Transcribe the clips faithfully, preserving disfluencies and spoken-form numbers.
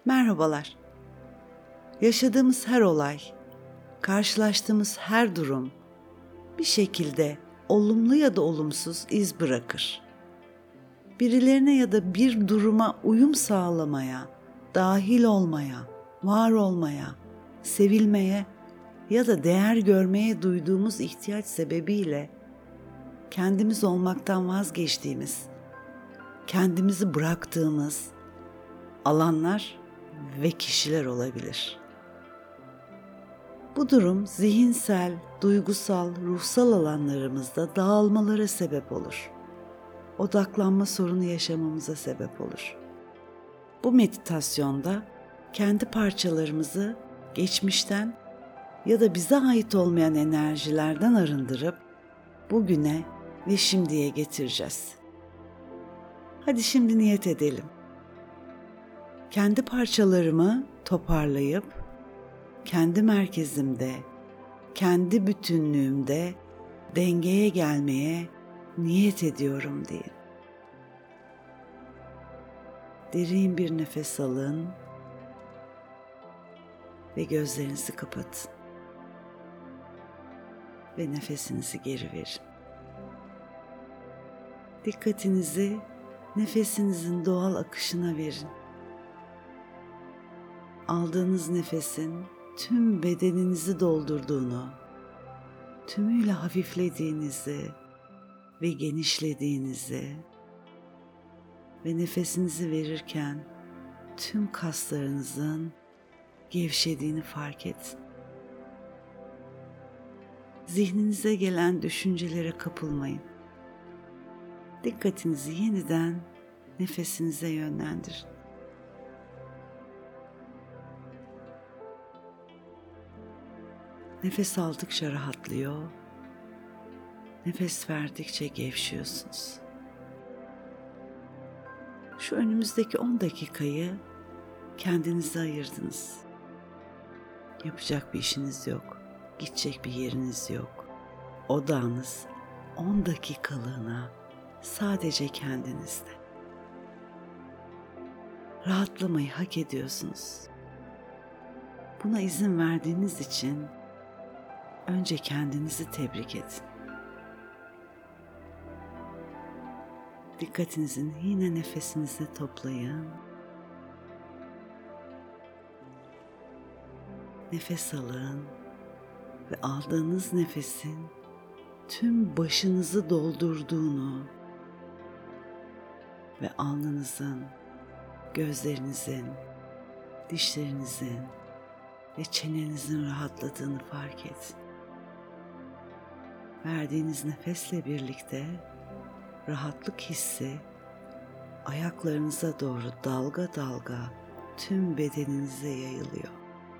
Merhabalar. Yaşadığımız her olay, karşılaştığımız her durum bir şekilde olumlu ya da olumsuz iz bırakır. Birilerine ya da bir duruma uyum sağlamaya, dahil olmaya, var olmaya, sevilmeye ya da değer görmeye duyduğumuz ihtiyaç sebebiyle kendimiz olmaktan vazgeçtiğimiz, kendimizi bıraktığımız alanlar ve kişiler olabilir. Bu durum zihinsel, duygusal, ruhsal alanlarımızda dağılmalara sebep olur. Odaklanma sorunu yaşamamıza sebep olur. Bu meditasyonda kendi parçalarımızı geçmişten ya da bize ait olmayan enerjilerden arındırıp bugüne ve şimdiye getireceğiz. Hadi şimdi niyet edelim. Kendi parçalarımı toparlayıp kendi merkezimde, kendi bütünlüğümde dengeye gelmeye niyet ediyorum diye. Derin bir nefes alın ve gözlerinizi kapatın. Ve nefesinizi geri verin. Dikkatinizi nefesinizin doğal akışına verin. Aldığınız nefesin tüm bedeninizi doldurduğunu, tümüyle hafiflediğinizi ve genişlediğinizi ve nefesinizi verirken tüm kaslarınızın gevşediğini fark edin. Zihninize gelen düşüncelere kapılmayın. Dikkatinizi yeniden nefesinize yönlendirin. Nefes aldıkça rahatlıyor, nefes verdikçe gevşiyorsunuz. Şu önümüzdeki on dakikayı kendinize ayırdınız. Yapacak bir işiniz yok, gidecek bir yeriniz yok. Odağınız on dakikalığına sadece kendinizde. Rahatlamayı hak ediyorsunuz. Buna izin verdiğiniz için önce kendinizi tebrik edin. Dikkatinizin yine nefesinize toplayın. Nefes alın ve aldığınız nefesin tüm başınızı doldurduğunu ve alnınızın, gözlerinizin, dişlerinizin ve çenenizin rahatladığını fark edin. Verdiğiniz nefesle birlikte rahatlık hissi ayaklarınıza doğru dalga dalga tüm bedeninize yayılıyor.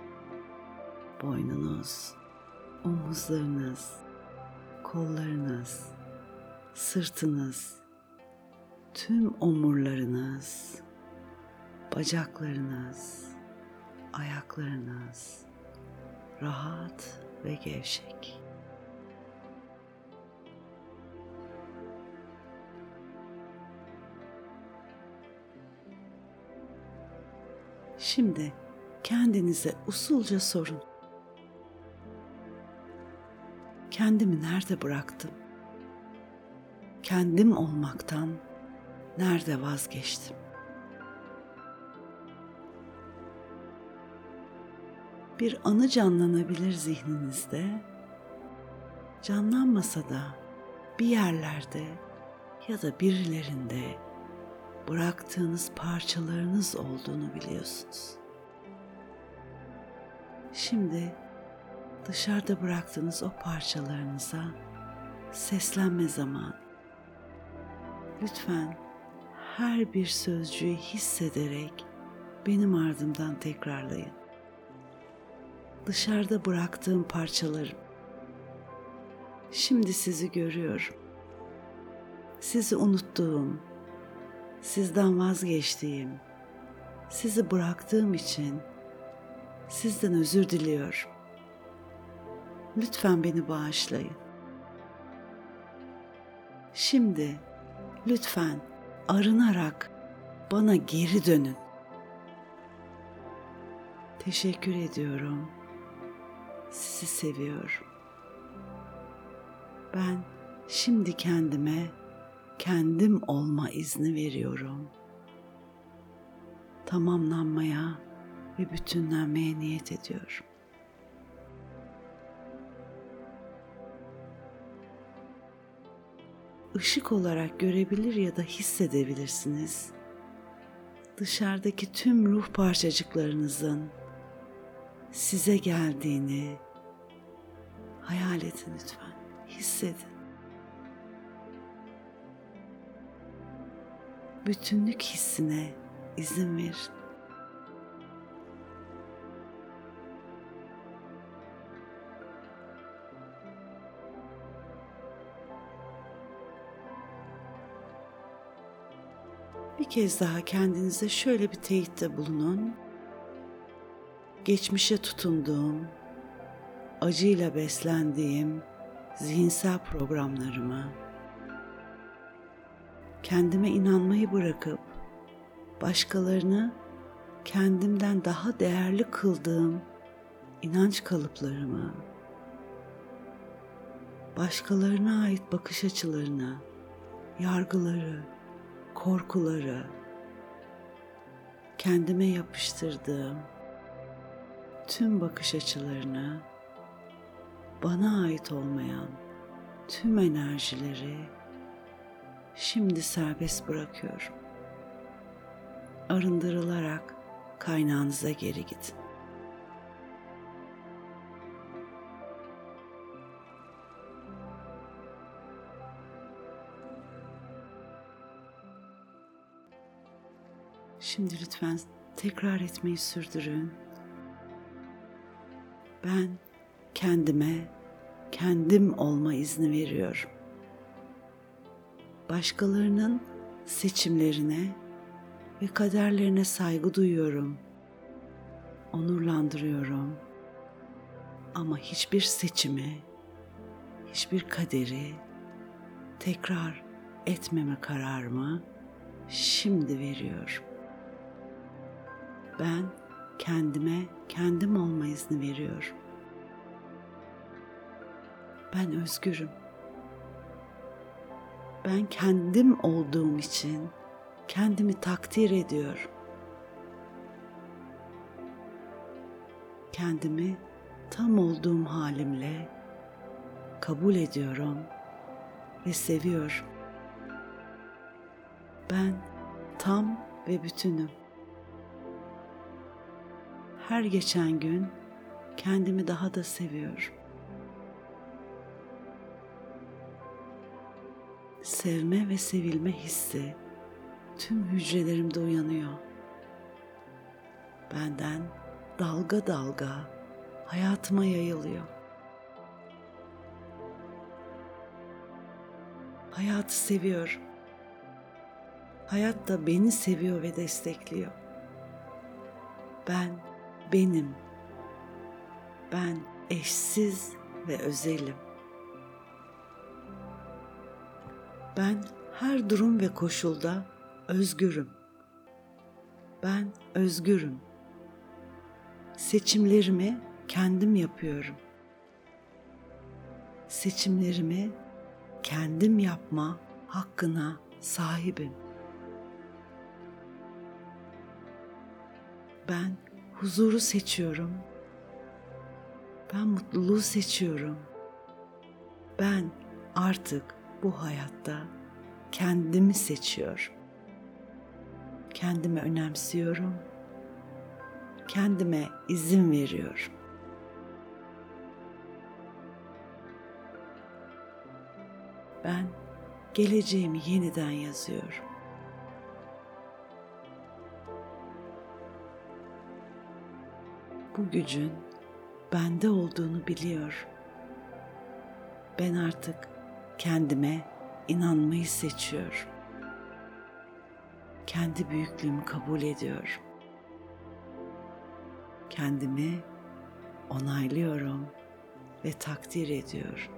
Boynunuz, omuzlarınız, kollarınız, sırtınız, tüm omurlarınız, bacaklarınız, ayaklarınız rahat ve gevşek. Şimdi kendinize usulca sorun. Kendimi nerede bıraktım? Kendim olmaktan nerede vazgeçtim? Bir anı canlanabilir zihninizde. Canlanmasa da bir yerlerde ya da birilerinde bıraktığınız parçalarınız olduğunu biliyorsunuz. Şimdi dışarıda bıraktığınız o parçalarınıza seslenme zamanı. Lütfen her bir sözcüğü hissederek benim ardımdan tekrarlayın. Dışarıda bıraktığım parçalarım. Şimdi sizi görüyorum. Sizi unuttuğum, sizden vazgeçtiğim, sizi bıraktığım için sizden özür diliyorum. Lütfen beni bağışlayın. Şimdi lütfen arınarak bana geri dönün. Teşekkür ediyorum. Sizi seviyorum. Ben şimdi kendime kendim olma izni veriyorum. Tamamlanmaya ve bütünlenmeye niyet ediyorum. Işık olarak görebilir ya da hissedebilirsiniz. Dışarıdaki tüm ruh parçacıklarınızın size geldiğini hayal edin lütfen. Hissedin. Bütünlük hissine izin verin. Bir kez daha kendinize şöyle bir teyitte bulunun. Geçmişe tutunduğum, acıyla beslendiğim zihinsel programlarımı, kendime inanmayı bırakıp başkalarını kendimden daha değerli kıldığım inanç kalıplarımı, başkalarına ait bakış açılarını, yargıları, korkuları, kendime yapıştırdığım tüm bakış açılarını, bana ait olmayan tüm enerjileri şimdi serbest bırakıyorum. Arındırılarak kaynağınıza geri gidin. Şimdi lütfen tekrar etmeyi sürdürün. Ben kendime kendim olma izni veriyorum. Başkalarının seçimlerine ve kaderlerine saygı duyuyorum. Onurlandırıyorum. Ama hiçbir seçimi, hiçbir kaderi tekrar etmeme kararımı şimdi veriyorum. Ben kendime kendim olma izni veriyorum. Ben özgürüm. Ben kendim olduğum için kendimi takdir ediyorum. Kendimi tam olduğum halimle kabul ediyorum ve seviyorum. Ben tam ve bütünüm. Her geçen gün kendimi daha da seviyorum. Sevme ve sevilme hissi tüm hücrelerimde uyanıyor. Benden dalga dalga hayatıma yayılıyor. Hayatı seviyorum. Hayat da beni seviyor ve destekliyor. Ben benim. Ben eşsiz ve özelim. Ben her durum ve koşulda özgürüm. Ben özgürüm. Seçimlerimi kendim yapıyorum. Seçimlerimi kendim yapma hakkına sahibim. Ben huzuru seçiyorum. Ben mutluluğu seçiyorum. Ben artık bu hayatta kendimi seçiyorum. Kendimi önemsiyorum. Kendime izin veriyorum. Ben geleceğimi yeniden yazıyorum. Bu gücün bende olduğunu biliyorum. Ben artık kendime inanmayı seçiyorum. Kendi büyüklüğümü kabul ediyorum. Kendimi onaylıyorum ve takdir ediyorum.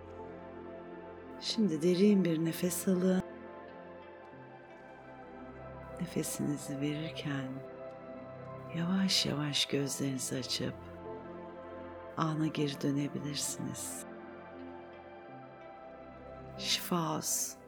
Şimdi derin bir nefes alın. nefesinizi verirken yavaş yavaş gözlerinizi açıp ana geri dönebilirsiniz. Şifa olsun.